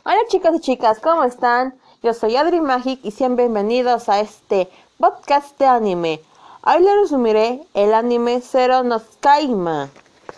Hola chicos y chicas, ¿cómo están? Yo soy Adri Magic y sean bienvenidos a este podcast de anime. Hoy les resumiré el anime Zero no Tsukaima.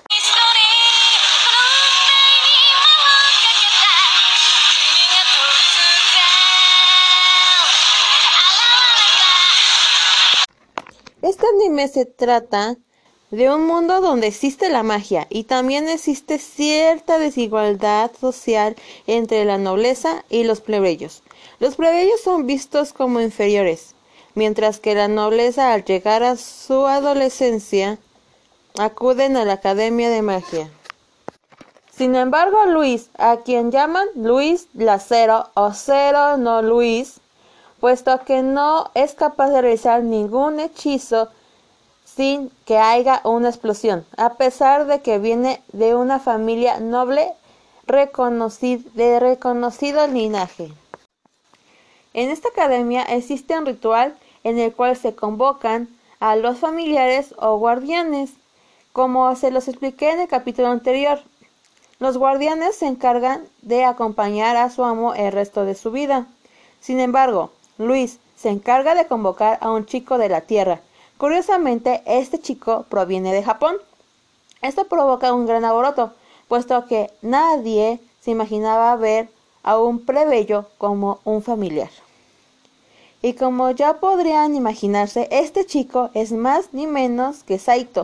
Este anime se trata de un mundo donde existe la magia y también existe cierta desigualdad social entre la nobleza y los plebeyos. Los plebeyos son vistos como inferiores, mientras que la nobleza al llegar a su adolescencia acuden a la Academia de Magia. Sin embargo, Luis, a quien llaman Luis la Cero o Cero no Luis, puesto que no es capaz de realizar ningún hechizo sin que haya una explosión, a pesar de que viene de una familia noble de reconocido linaje. En esta academia existe un ritual en el cual se convocan a los familiares o guardianes, como se los expliqué en el capítulo anterior. Los guardianes se encargan de acompañar a su amo el resto de su vida. Sin embargo, Luis se encarga de convocar a un chico de la Tierra. Curiosamente, este chico proviene de Japón. Esto provoca un gran alboroto, puesto que nadie se imaginaba ver a un plebeyo como un familiar. Y como ya podrían imaginarse, este chico es más ni menos que Saito.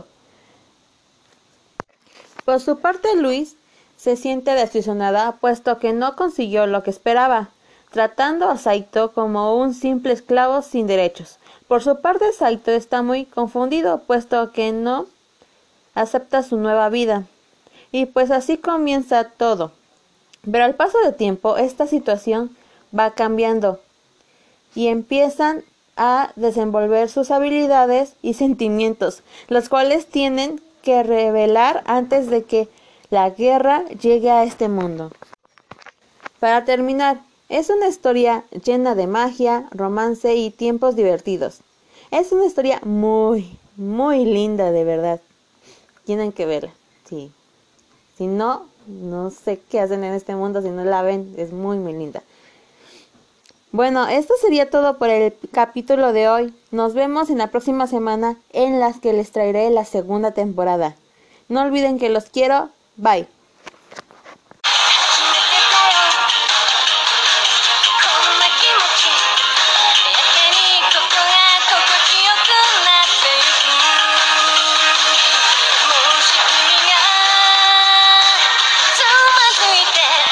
Por su parte, Luis se siente desilusionada, puesto que no consiguió lo que esperaba, tratando a Saito como un simple esclavo sin derechos. Por su parte, Saito está muy confundido, puesto que no acepta su nueva vida. Y pues así comienza todo. Pero al paso del tiempo, esta situación va cambiando y empiezan a desenvolver sus habilidades y sentimientos, los cuales tienen que revelar antes de que la guerra llegue a este mundo. Para terminar, es una historia llena de magia, romance y tiempos divertidos. Es una historia muy, muy linda, de verdad. Tienen que verla, sí. Si no, no sé qué hacen en este mundo si no la ven. Es muy, muy linda. Bueno, esto sería todo por el capítulo de hoy. Nos vemos en la próxima semana en las que les traeré la segunda temporada. No olviden que los quiero. Bye.